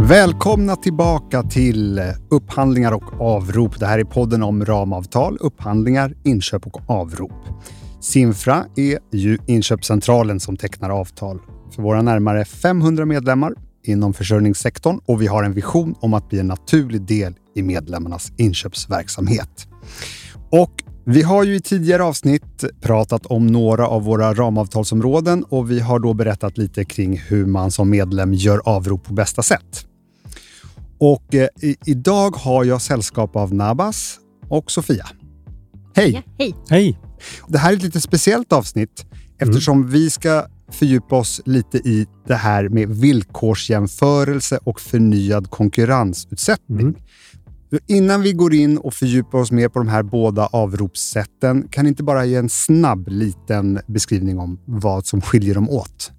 Välkomna tillbaka till upphandlingar och avrop. Det här är podden om ramavtal, upphandlingar, inköp och avrop. Sinfra är ju inköpscentralen som tecknar avtal för våra närmare 500 medlemmar inom försörjningssektorn, och vi har en vision om att bli en naturlig del i medlemmarnas inköpsverksamhet. Och vi har ju i tidigare avsnitt pratat om några av våra ramavtalsområden, och vi har då berättat lite kring hur man som medlem gör avrop på bästa sätt. Och idag har jag sällskap av Nabas och Sofia. Hej! Ja, hej! Hej! Det här är ett lite speciellt avsnitt eftersom vi ska fördjupa oss lite i det här med villkorsjämförelse och förnyad konkurrensutsättning. Innan vi går in och fördjupar oss mer på de här båda avropssätten, kan ni inte bara ge en snabb liten beskrivning om vad som skiljer dem åt?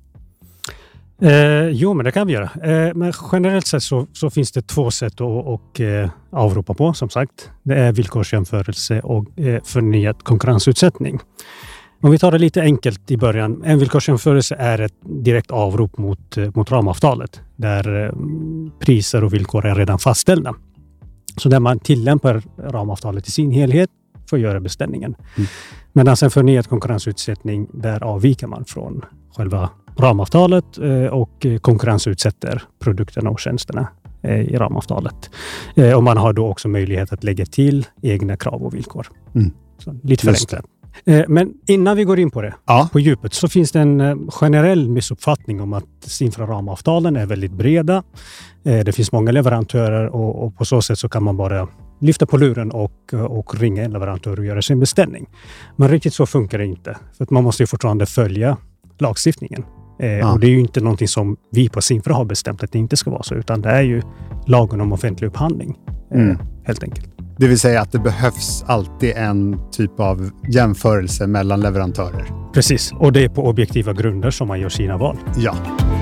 Jo, men det kan vi göra. Men generellt sett så finns det två sätt att avropa på, som sagt. Det är villkorsjämförelse och förnyad konkurrensutsättning. Om vi tar det lite enkelt i början. En villkorsjämförelse är ett direkt avrop mot ramavtalet, där priser och villkor är redan fastställda. Så där man tillämpar ramavtalet i sin helhet för att göra beställningen. Medan en förnyad konkurrensutsättning, där avviker man från själva ramavtalet och konkurrensutsätter produkterna och tjänsterna i ramavtalet. Och man har då också möjlighet att lägga till egna krav och villkor. Så, lite förenklat. Men innan vi går in på det, på djupet, så finns det en generell missuppfattning om att Sinfra-ramavtalen är väldigt breda. Det finns många leverantörer och på så sätt så kan man bara lyfta på luren och ringa en leverantör och göra sin beställning. Men riktigt så funkar det inte. För att man måste ju fortfarande följa lagstiftningen. Och det är ju inte någonting som vi på Sinfra har bestämt att det inte ska vara så, utan det är ju lagen om offentlig upphandling, helt enkelt. Det vill säga att det behövs alltid en typ av jämförelse mellan leverantörer. Precis, och det är på objektiva grunder som man gör sina val. Ja.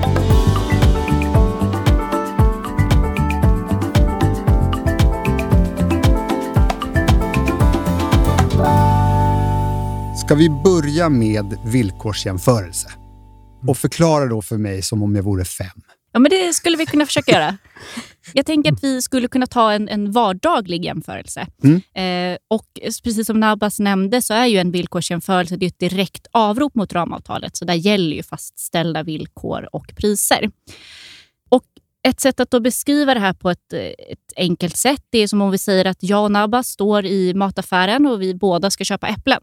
Ska vi börja med villkorsjämförelse? Och förklara då för mig som om jag vore 5. Ja, men det skulle vi kunna försöka göra. Jag tänker att vi skulle kunna ta en vardaglig jämförelse. Och precis som Nabas nämnde så är ju en villkorsjämförelse ett direkt avrop mot ramavtalet. Så där gäller ju fastställda villkor och priser. Och ett sätt att då beskriva det här på ett enkelt sätt, det är som om vi säger att jag och Nabas står i mataffären och vi båda ska köpa äpplen.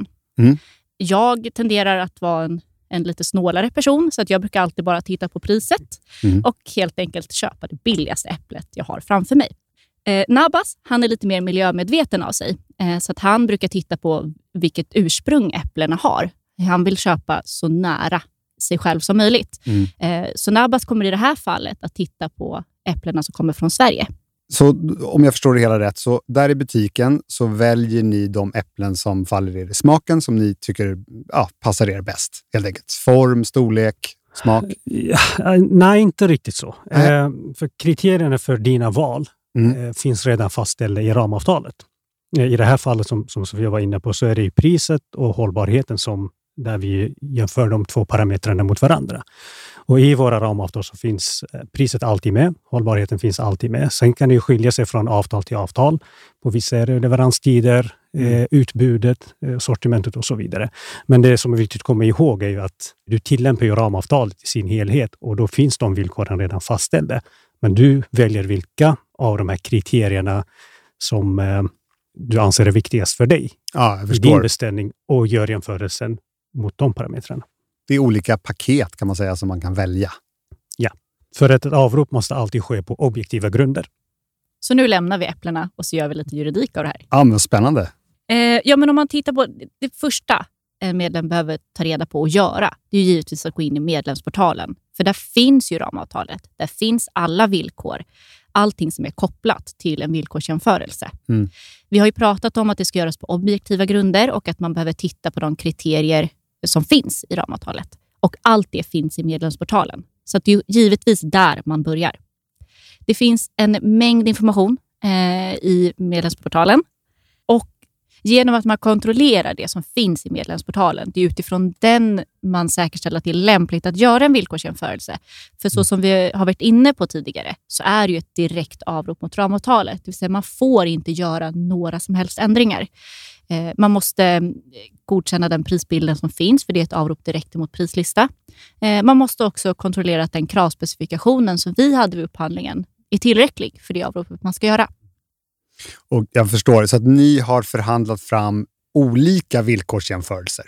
Jag tenderar att vara en lite snålare person, så att jag brukar alltid bara titta på priset och helt enkelt köpa det billigaste äpplet jag har framför mig. Nabas, han är lite mer miljömedveten av sig, så att han brukar titta på vilket ursprung äpplena har. Han vill köpa så nära sig själv som möjligt. Så Nabas kommer i det här fallet att titta på äpplena som kommer från Sverige. Så om jag förstår det hela rätt, så där i butiken så väljer ni de äpplen som faller er i smaken, som ni tycker passar er bäst, helt enkelt. Form, storlek, smak? Nej, inte riktigt så. För kriterierna för dina val finns redan fastställda i ramavtalet. I det här fallet som Sofia var inne på, så är det ju priset och hållbarheten där vi jämför de två parametrarna mot varandra. Och i våra ramavtal så finns priset alltid med, hållbarheten finns alltid med. Sen kan det ju skilja sig från avtal till avtal. På vissa är det leveranstider, utbudet, sortimentet och så vidare. Men det som är viktigt att komma ihåg är ju att du tillämpar ju ramavtalet i sin helhet, och då finns de villkoren redan fastställda. Men du väljer vilka av de här kriterierna som du anser är viktigast för dig i din beställning, och gör jämförelsen mot de parametrarna. Det är olika paket, kan man säga, som man kan välja. Ja, för ett avrop måste alltid ske på objektiva grunder. Så nu lämnar vi äpplena och så gör vi lite juridik av det här. Ja, men spännande. Men om man tittar på det första en medlem behöver ta reda på och göra, det är ju givetvis att gå in i medlemsportalen. För där finns ju ramavtalet. Där finns alla villkor. Allting som är kopplat till en villkorsjämförelse. Vi har ju pratat om att det ska göras på objektiva grunder och att man behöver titta på de kriterier som finns i ramavtalet. Och allt det finns i medlemsportalen. Så att det är givetvis där man börjar. Det finns en mängd information i medlemsportalen. Och Genom att man kontrollerar det som finns i medlemsportalen. Det är utifrån den man säkerställer att det är lämpligt att göra en villkorsjämförelse. För så som vi har varit inne på tidigare så är det ju ett direkt avrop mot ramavtalet. Det vill säga man får inte göra några som helst ändringar. Man måste godkänna den prisbilden som finns, för det är ett avrop direkt mot prislista. Man måste också kontrollera att den kravspecifikationen som vi hade vid upphandlingen är tillräcklig för det avropet man ska göra. Och jag förstår, så att ni har förhandlat fram olika villkorsjämförelser?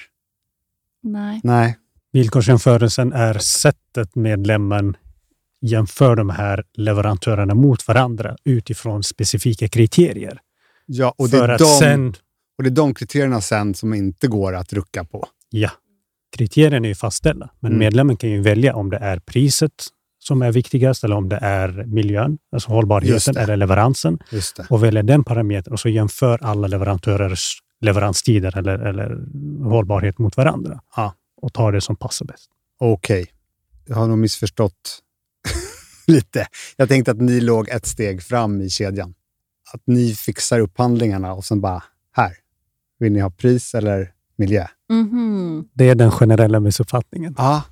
Nej. Villkorsjämförelsen är sättet medlemmen jämför de här leverantörerna mot varandra utifrån specifika kriterier. Ja, och det är de kriterierna sen som inte går att rucka på. Ja, kriterierna är ju fastställda. Men medlemmen kan ju välja om det är priset som är viktigast eller om det är miljön, alltså hållbarheten eller leveransen. Just det. Och välja den parametern och så jämför alla leverantörers leveranstider eller hållbarhet mot varandra. Ja. Och tar det som passar bäst. Okej. Jag har nog missförstått lite. Jag tänkte att ni låg ett steg fram i kedjan. Att ni fixar upphandlingarna och sen bara, här, vill ni ha pris eller miljö? Mm-hmm. Det är den generella missuppfattningen. Ja.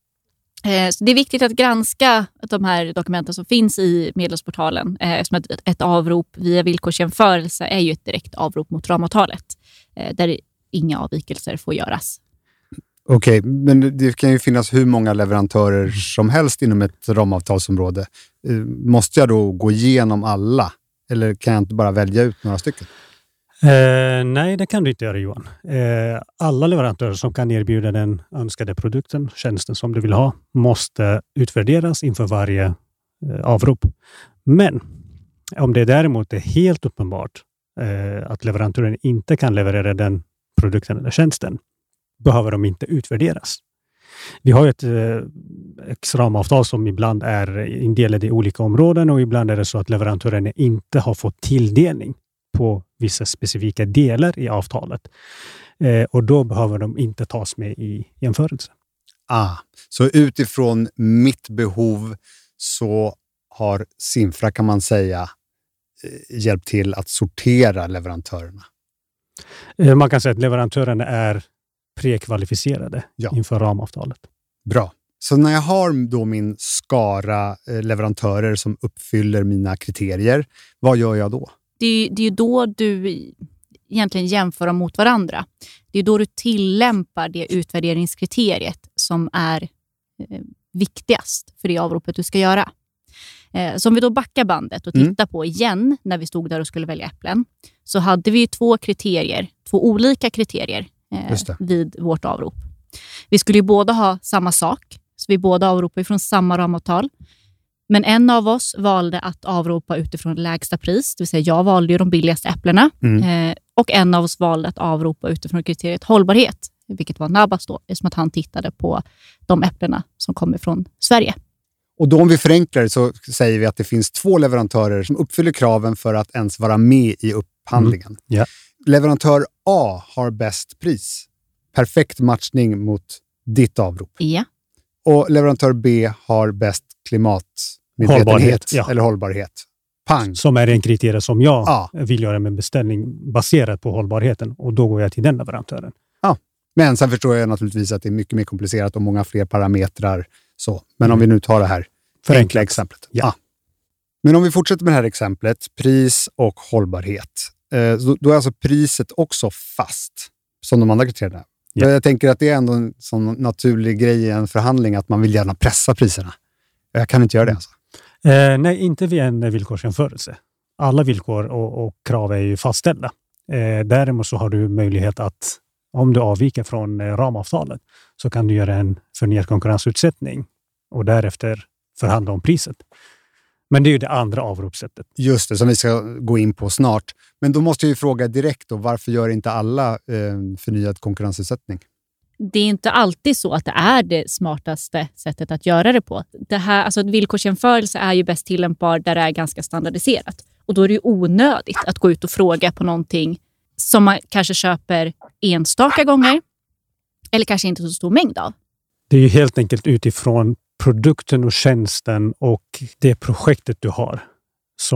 Så det är viktigt att granska de här dokumenten som finns i medlemsportalen. Som ett avrop via villkorsjämförelse är ju ett direkt avrop mot ramavtalet. Där inga avvikelser får göras. Okej, men det kan ju finnas hur många leverantörer som helst inom ett ramavtalsområde. Måste jag då gå igenom alla? Eller kan jag inte bara välja ut några stycken? Nej, det kan du inte göra, Johan. Alla leverantörer som kan erbjuda den önskade produkten, tjänsten som du vill ha, måste utvärderas inför varje avrop. Men om det däremot är helt uppenbart att leverantören inte kan leverera den produkten eller tjänsten, behöver de inte utvärderas. Vi har ett ramavtal som ibland är indelade i olika områden och ibland är det så att leverantören inte har fått tilldelning på vissa specifika delar i avtalet. Och då behöver de inte tas med i jämförelse. Så utifrån mitt behov så har Simfra, kan man säga, hjälpt till att sortera leverantörerna? Man kan säga att leverantörerna är prekvalificerade inför ramavtalet. Bra. Så när jag har då min skara leverantörer som uppfyller mina kriterier, vad gör jag då? Det är ju då du egentligen jämför dem mot varandra. Det är då du tillämpar det utvärderingskriteriet som är viktigast för det avropet du ska göra. Så om vi då backar bandet och tittar på igen när vi stod där och skulle välja äpplen, så hade vi ju två olika kriterier vid vårt avrop. Vi skulle ju båda ha samma sak, så vi båda avropar från samma ramavtal. Men en av oss valde att avropa utifrån lägsta pris, det vill säga jag valde ju de billigaste äpplena. Och en av oss valde att avropa utifrån kriteriet hållbarhet, vilket var Nabas då, eftersom att han tittade på de äpplena som kommer från Sverige. Och då om vi förenklar så säger vi att det finns 2 leverantörer som uppfyller kraven för att ens vara med i upphandlingen. Yeah. Leverantör A har bäst pris. Perfekt matchning mot ditt avrop. Ja. Och leverantör B har bäst klimatmedvetenhet eller hållbarhet. Pang! Som är en kriterie som jag vill göra med beställning baserat på hållbarheten. Och då går jag till den leverantören. Ja, men sen förstår jag naturligtvis att det är mycket mer komplicerat och många fler parametrar. Så. Men om vi nu tar det här enkla exemplet. Ja. Men om vi fortsätter med det här exemplet, pris och hållbarhet. Då är alltså priset också fast som de andra kriterierna. Ja. Jag tänker att det är ändå en sån naturlig grej i en förhandling att man vill gärna pressa priserna. Jag kan inte göra det alltså. Nej, inte vid en villkorsjämförelse. Alla villkor och krav är ju fastställda. Däremot så har du möjlighet att, om du avviker från ramavtalet, så kan du göra en förnyad konkurrensutsättning och därefter förhandla om priset. Men det är ju det andra avropssättet. Just det, som vi ska gå in på snart. Men då måste jag ju fråga direkt då, varför gör inte alla förnyad konkurrensutsättning? Det är inte alltid så att det är det smartaste sättet att göra det på. Det här, alltså villkorsjämförelse är ju bäst tillämpbar där det är ganska standardiserat. Och då är det ju onödigt att gå ut och fråga på någonting som man kanske köper enstaka gånger eller kanske inte så stor mängd av. Det är ju helt enkelt utifrån produkten och tjänsten och det projektet du har som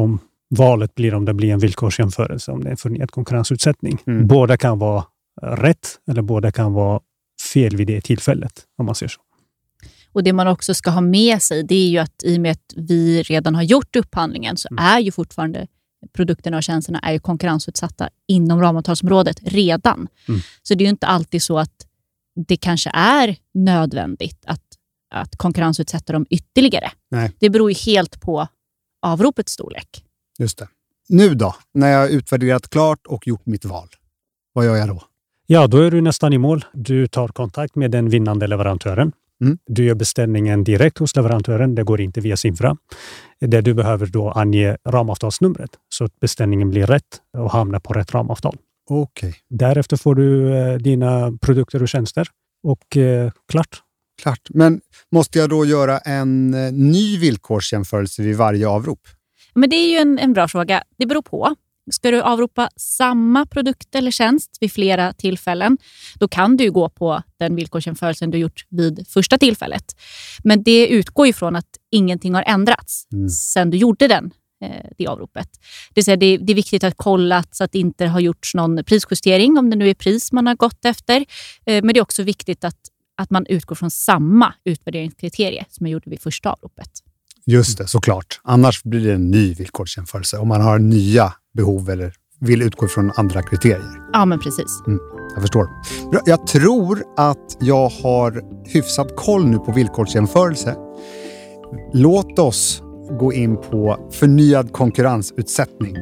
valet blir om det blir en villkorsjämförelse, om det är en förnyad konkurrensutsättning. Båda kan vara rätt eller båda kan vara fel vid det tillfället, om man ser så. Och det man också ska ha med sig, det är ju att i och med att vi redan har gjort upphandlingen så är ju fortfarande produkterna och tjänsterna är ju konkurrensutsatta inom ramavtalsområdet redan. Så det är ju inte alltid så att det kanske är nödvändigt att konkurrensutsätta dem ytterligare. Nej. Det beror ju helt på avropets storlek. Just det. Nu då, när jag har utvärderat klart och gjort mitt val, vad gör jag då? Ja, då är du nästan i mål. Du tar kontakt med den vinnande leverantören. Du gör beställningen direkt hos leverantören. Det går inte via Simfra. Där du behöver då ange ramavtalsnumret så att beställningen blir rätt och hamnar på rätt ramavtal. Okej. Därefter får du dina produkter och tjänster och klart. Klart. Men måste jag då göra en ny villkorsjämförelse vid varje avrop? Men det är ju en bra fråga. Det beror på. Ska du avropa samma produkt eller tjänst vid flera tillfällen, då kan du gå på den villkorsjämförelsen du gjort vid första tillfället. Men det utgår ju från att ingenting har ändrats sedan du gjorde det avropet. Det är viktigt att kolla så att det inte har gjorts någon prisjustering om det nu är pris man har gått efter. Men det är också viktigt att man utgår från samma utvärderingskriterier som man gjorde vid första avropet. Just det, såklart. Annars blir det en ny villkorsjämförelse om man har nya behov eller vill utgå från andra kriterier. Ja, men precis. Jag förstår. Jag tror att jag har hyfsat koll nu på villkorsjämförelse. Låt oss gå in på förnyad konkurrensutsättning.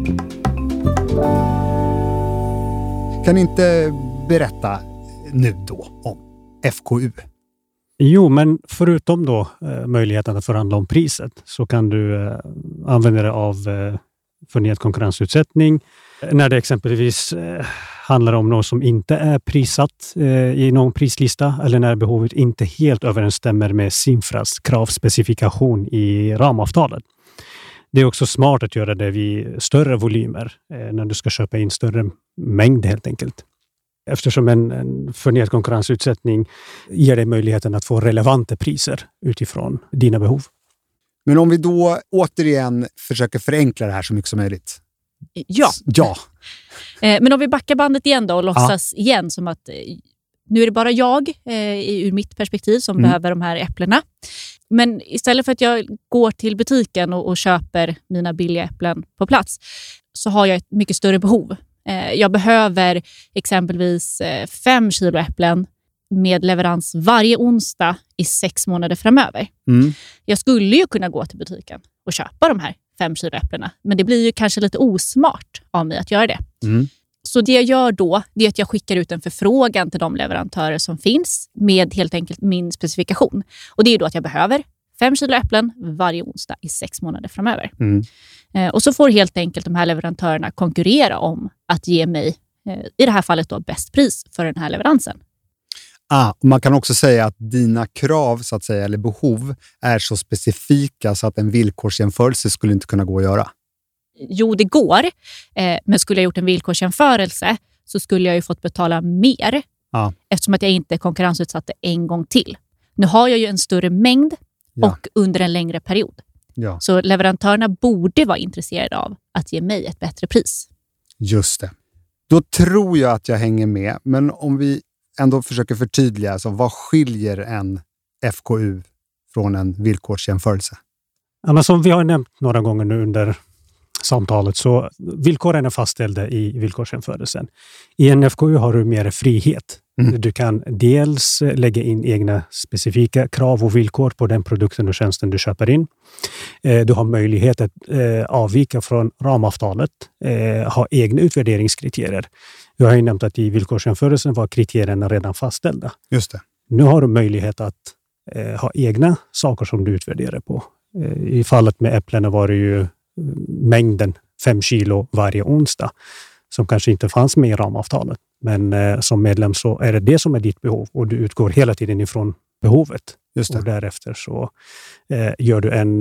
Kan inte berätta nu då om FKU? Jo, men förutom då möjligheten att förhandla om priset så kan du använda det av förnyad konkurrensutsättning när det exempelvis handlar om något som inte är prissatt i någon prislista eller när behovet inte helt överensstämmer med Simfras kravspecifikation i ramavtalet. Det är också smart att göra det vid större volymer när du ska köpa in större mängd helt enkelt. Eftersom en förnyad konkurrensutsättning ger dig möjligheten att få relevanta priser utifrån dina behov. Men om vi då återigen försöker förenkla det här så mycket som möjligt. Ja. Men om vi backar bandet igen då och låtsas igen som att nu är det bara jag ur mitt perspektiv som behöver de här äpplena. Men istället för att jag går till butiken och köper mina billiga äpplen på plats så har jag ett mycket större behov. Jag behöver exempelvis 5 kilo äpplen med leverans varje onsdag i 6 månader framöver. Jag skulle ju kunna gå till butiken och köpa de här 5 kilo äpplena, men det blir ju kanske lite osmart av mig att göra det. Så det jag gör då, det är att jag skickar ut en förfrågan till de leverantörer som finns med helt enkelt min specifikation. Och det är då att jag behöver 5 kilo äpplen varje onsdag i 6 månader framöver. Och så får helt enkelt de här leverantörerna konkurrera om att ge mig, i det här fallet då, bäst pris för den här leveransen. Man kan också säga att dina krav så att säga, eller behov är så specifika så att en villkorsjämförelse skulle inte kunna gå att göra. Jo, det går. Men skulle jag gjort en villkorsjämförelse så skulle jag ju fått betala mer eftersom att jag inte konkurrensutsatte en gång till. Nu har jag ju en större mängd och under en längre period. Ja. Så leverantörerna borde vara intresserade av att ge mig ett bättre pris. Just det. Då tror jag att jag hänger med. Men om vi ändå försöker förtydliga, alltså, vad skiljer en FKU från en villkorsjämförelse? Men som vi har nämnt några gånger nu under samtalet så villkoren är fastställda i villkorsjämförelsen. I en FKU har du mer frihet. Du kan dels lägga in egna specifika krav och villkor på den produkten och tjänsten du köper in. Du har möjlighet att avvika från ramavtalet, ha egna utvärderingskriterier. Jag har ju nämnt att i villkorsjämförelsen var kriterierna redan fastställda. Just det. Nu har du möjlighet att ha egna saker som du utvärderar på. I fallet med äpplena var det ju mängden 5 kilo varje onsdag som kanske inte fanns med i ramavtalet. Men som medlem så är det som är ditt behov och du utgår hela tiden ifrån behovet. Just det. Och därefter så gör du en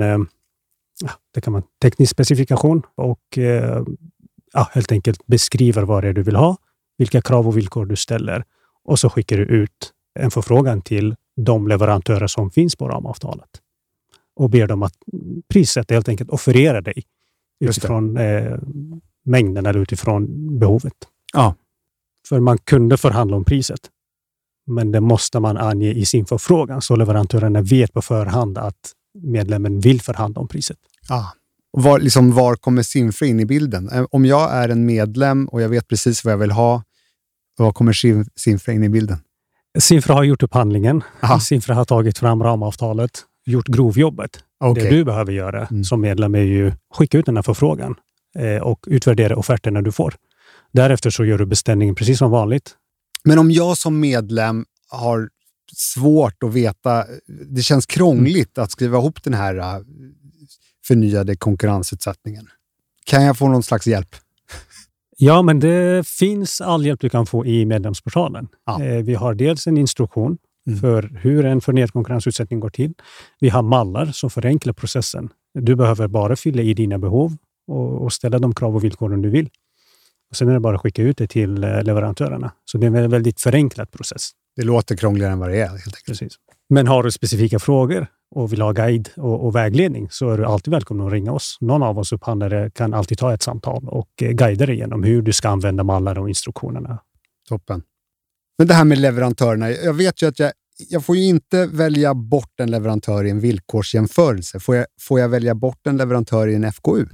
teknisk specifikation och helt enkelt beskriver vad det är du vill ha, vilka krav och villkor du ställer och så skickar du ut en förfrågan till de leverantörer som finns på ramavtalet och ber dem att prissätta, helt enkelt offerera dig utifrån mängden eller utifrån behovet. Ja. För man kunde förhandla om priset. Men det måste man ange i sin förfrågan så leverantörerna vet på förhand att medlemmen vill förhandla om priset. Ja. Och var kommer Simfra in i bilden? Om jag är en medlem och jag vet precis vad jag vill ha, var kommer Simfra in i bilden? Simfra har gjort upphandlingen. Aha. Simfra har tagit fram ramavtalet, gjort grovjobbet. Okay. Det du behöver göra som medlem är ju skicka ut den här förfrågan och utvärdera offerterna du får. Därefter så gör du beställningen precis som vanligt. Men om jag som medlem har svårt att veta, det känns krångligt att skriva ihop den här förnyade konkurrensutsättningen. Kan jag få någon slags hjälp? Ja, men det finns all hjälp du kan få i medlemsportalen. Ja. Vi har dels en instruktion för hur en förnyad konkurrensutsättning går till. Vi har mallar som förenklar processen. Du behöver bara fylla i dina behov och ställa de krav och villkoren du vill. Och sen är det bara att skicka ut det till leverantörerna. Så det är en väldigt förenklad process. Det låter krångligare än vad det är, helt enkelt. Precis. Men har du specifika frågor och vill ha guide och vägledning så är du alltid välkommen att ringa oss. Någon av oss upphandlare kan alltid ta ett samtal och guida dig igenom hur du ska använda mallar och instruktionerna. Toppen. Men det här med leverantörerna. Jag vet ju att jag får ju inte välja bort en leverantör i en villkorsjämförelse. Får jag välja bort en leverantör i en FKU?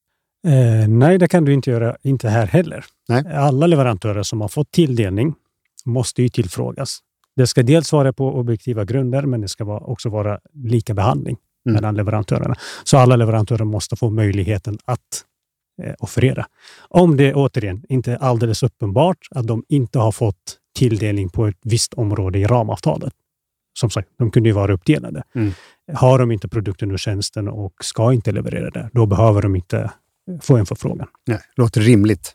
Nej, det kan du inte göra. Inte här heller. Nej. Alla leverantörer som har fått tilldelning måste ju tillfrågas. Det ska dels vara på objektiva grunder, men det ska också vara lika behandling mellan leverantörerna. Så alla leverantörer måste få möjligheten att offerera. Om det återigen inte är alldeles uppenbart att de inte har fått tilldelning på ett visst område i ramavtalet. Som sagt, de kunde ju vara uppdelade. Har de inte produkten och tjänsten och ska inte leverera det, då behöver de inte få en förfrågan. Nej, låter rimligt.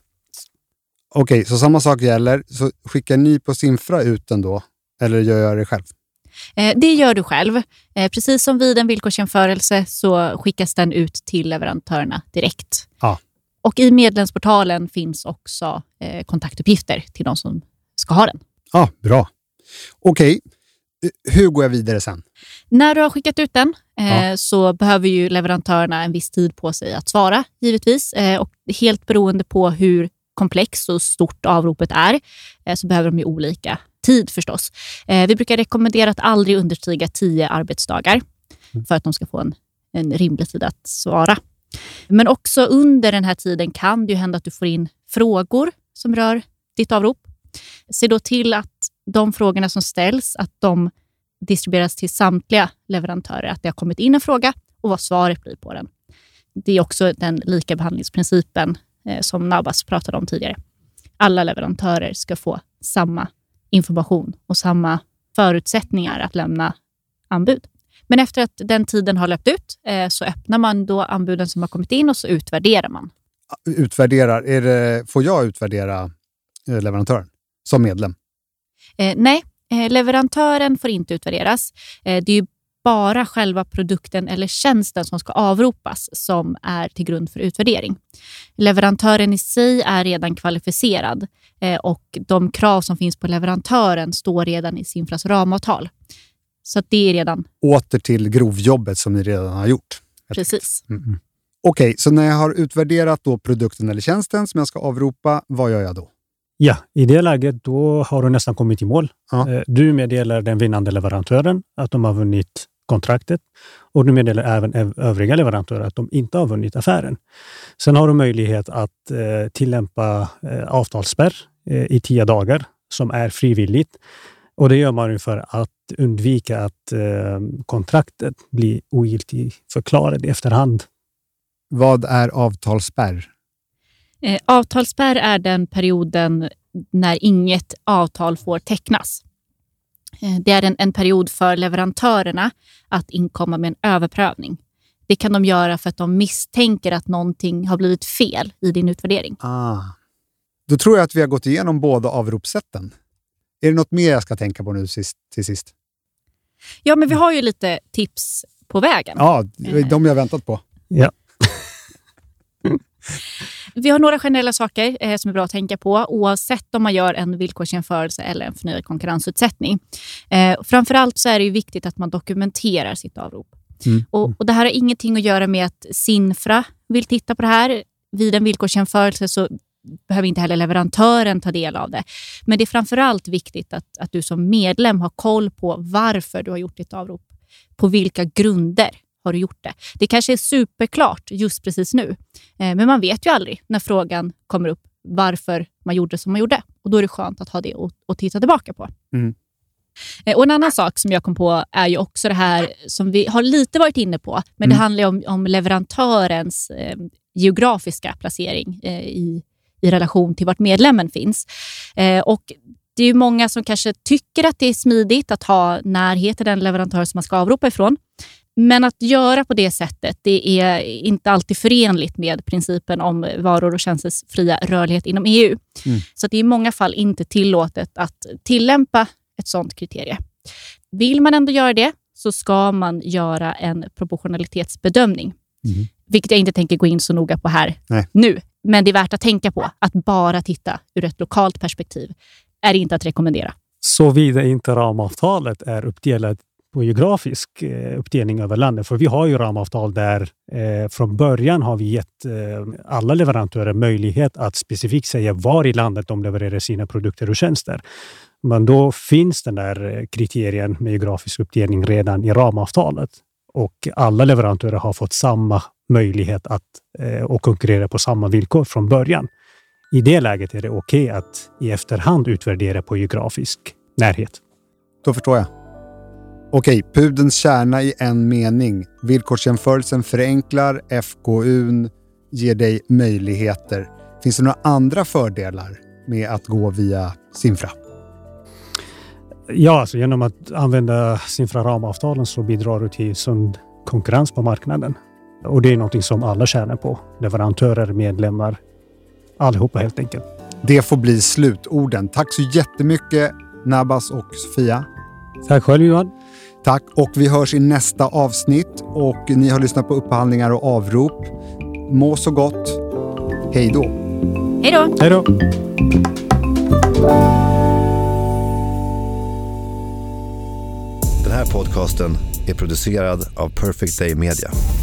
Okej, så samma sak gäller. Så skickar ni på Simfra ut den då? Eller gör jag det själv? Det gör du själv. Precis som vid en villkorsjämförelse så skickas den ut till leverantörerna direkt. Ja. Och i medlemsportalen finns också kontaktuppgifter till de som ska ha den. Ja, bra. Okej, hur går jag vidare sen? När du har skickat ut den så behöver ju leverantörerna en viss tid på sig att svara, givetvis. Och helt beroende på hur komplext och stort avropet är så behöver de ju olika tid förstås. Vi brukar rekommendera att aldrig understiga 10 arbetsdagar för att de ska få en rimlig tid att svara. Men också under den här tiden kan det ju hända att du får in frågor som rör ditt avrop. Se då till att de frågorna som ställs, att de distribueras till samtliga leverantörer. Att det har kommit in en fråga och vad svaret blir på den. Det är också den likabehandlingsprincipen som Nabas pratade om tidigare. Alla leverantörer ska få samma information och samma förutsättningar att lämna anbud. Men efter att den tiden har löpt ut så öppnar man då anbuden som har kommit in och så utvärderar man. Får jag utvärdera leverantören som medlem? Nej, leverantören får inte utvärderas. Det är ju bara själva produkten eller tjänsten som ska avropas som är till grund för utvärdering. Leverantören i sig är redan kvalificerad och de krav som finns på leverantören står redan i Simfras ramavtal. Så att det är redan... Åter till grovjobbet som ni redan har gjort. Precis. Okej, så när jag har utvärderat då produkten eller tjänsten som jag ska avropa, vad gör jag då? Ja, i det läget då har du nästan kommit i mål. Ja. Du meddelar den vinnande leverantören att de har vunnit kontraktet och du meddelar även övriga leverantörer att de inte har vunnit affären. Sen har du möjlighet att tillämpa avtalsspärr i 10 dagar som är frivilligt. Och det gör man för att undvika att kontraktet blir ogiltigt förklarat i efterhand. Vad är avtalsspärr? Avtalsspärr är den perioden när inget avtal får tecknas. Det är en period för leverantörerna att inkomma med en överprövning. Det kan de göra för att de misstänker att någonting har blivit fel i din utvärdering. Då tror jag att vi har gått igenom båda avropssätten. Är det något mer jag ska tänka på nu till sist? Ja, men vi har ju lite tips på vägen. Ja, de jag väntat på. Ja. Vi har några generella saker som är bra att tänka på oavsett om man gör en villkorsjämförelse eller en förnyad konkurrensutsättning. Framförallt så är det ju viktigt att man dokumenterar sitt avrop. Och det här har ingenting att göra med att Simfra vill titta på det här. Vid en villkorsjämförelse så behöver inte heller leverantören ta del av det. Men det är framförallt viktigt att du som medlem har koll på varför du har gjort ditt avrop. På vilka grunder har du gjort det. Det kanske är superklart just precis nu. Men man vet ju aldrig när frågan kommer upp varför man gjorde som man gjorde. Och då är det skönt att ha det och titta tillbaka på. Mm. Och en annan sak som jag kom på är ju också det här som vi har lite varit inne på. Men det handlar ju om leverantörens geografiska placering i relation till vart medlemmen finns. Och det är ju många som kanske tycker att det är smidigt att ha närhet till den leverantör som man ska avropa ifrån. Men att göra på det sättet, det är inte alltid förenligt med principen om varor och tjänsters fria rörlighet inom EU. Så att det är i många fall inte tillåtet att tillämpa ett sådant kriterie. Vill man ändå göra det så ska man göra en proportionalitetsbedömning. Vilket jag inte tänker gå in så noga på här nu. Men det är värt att tänka på att bara titta ur ett lokalt perspektiv är inte att rekommendera. Såvida inte ramavtalet är uppdelat på geografisk uppdelning över landet. För vi har ju ramavtal där från början har vi gett alla leverantörer möjlighet att specifikt säga var i landet de levererar sina produkter och tjänster. Men då finns den där kriterien med geografisk uppdelning redan i ramavtalet. Och alla leverantörer har fått samma möjlighet att konkurrera på samma villkor från början. I det läget är det okej att i efterhand utvärdera på geografisk närhet. Då förstår jag. Okej, pudelns kärna i en mening. Villkorsjämförelsen förenklar, FKU:n ger dig möjligheter. Finns det några andra fördelar med att gå via Simfra? Ja, alltså genom att använda Simfra-ramavtalen så bidrar du till sund konkurrens på marknaden. Och det är något som alla tjänar på. Leverantörer, medlemmar, allihopa helt enkelt. Det får bli slutorden. Tack så jättemycket Nabas och Sofia. Tack själv Johan. Tack, och vi hörs i nästa avsnitt. Och ni har lyssnat på upphandlingar och avrop. Må så gott. Hej då. Hej då. Hej då. Den här podcasten är producerad av Perfect Day Media.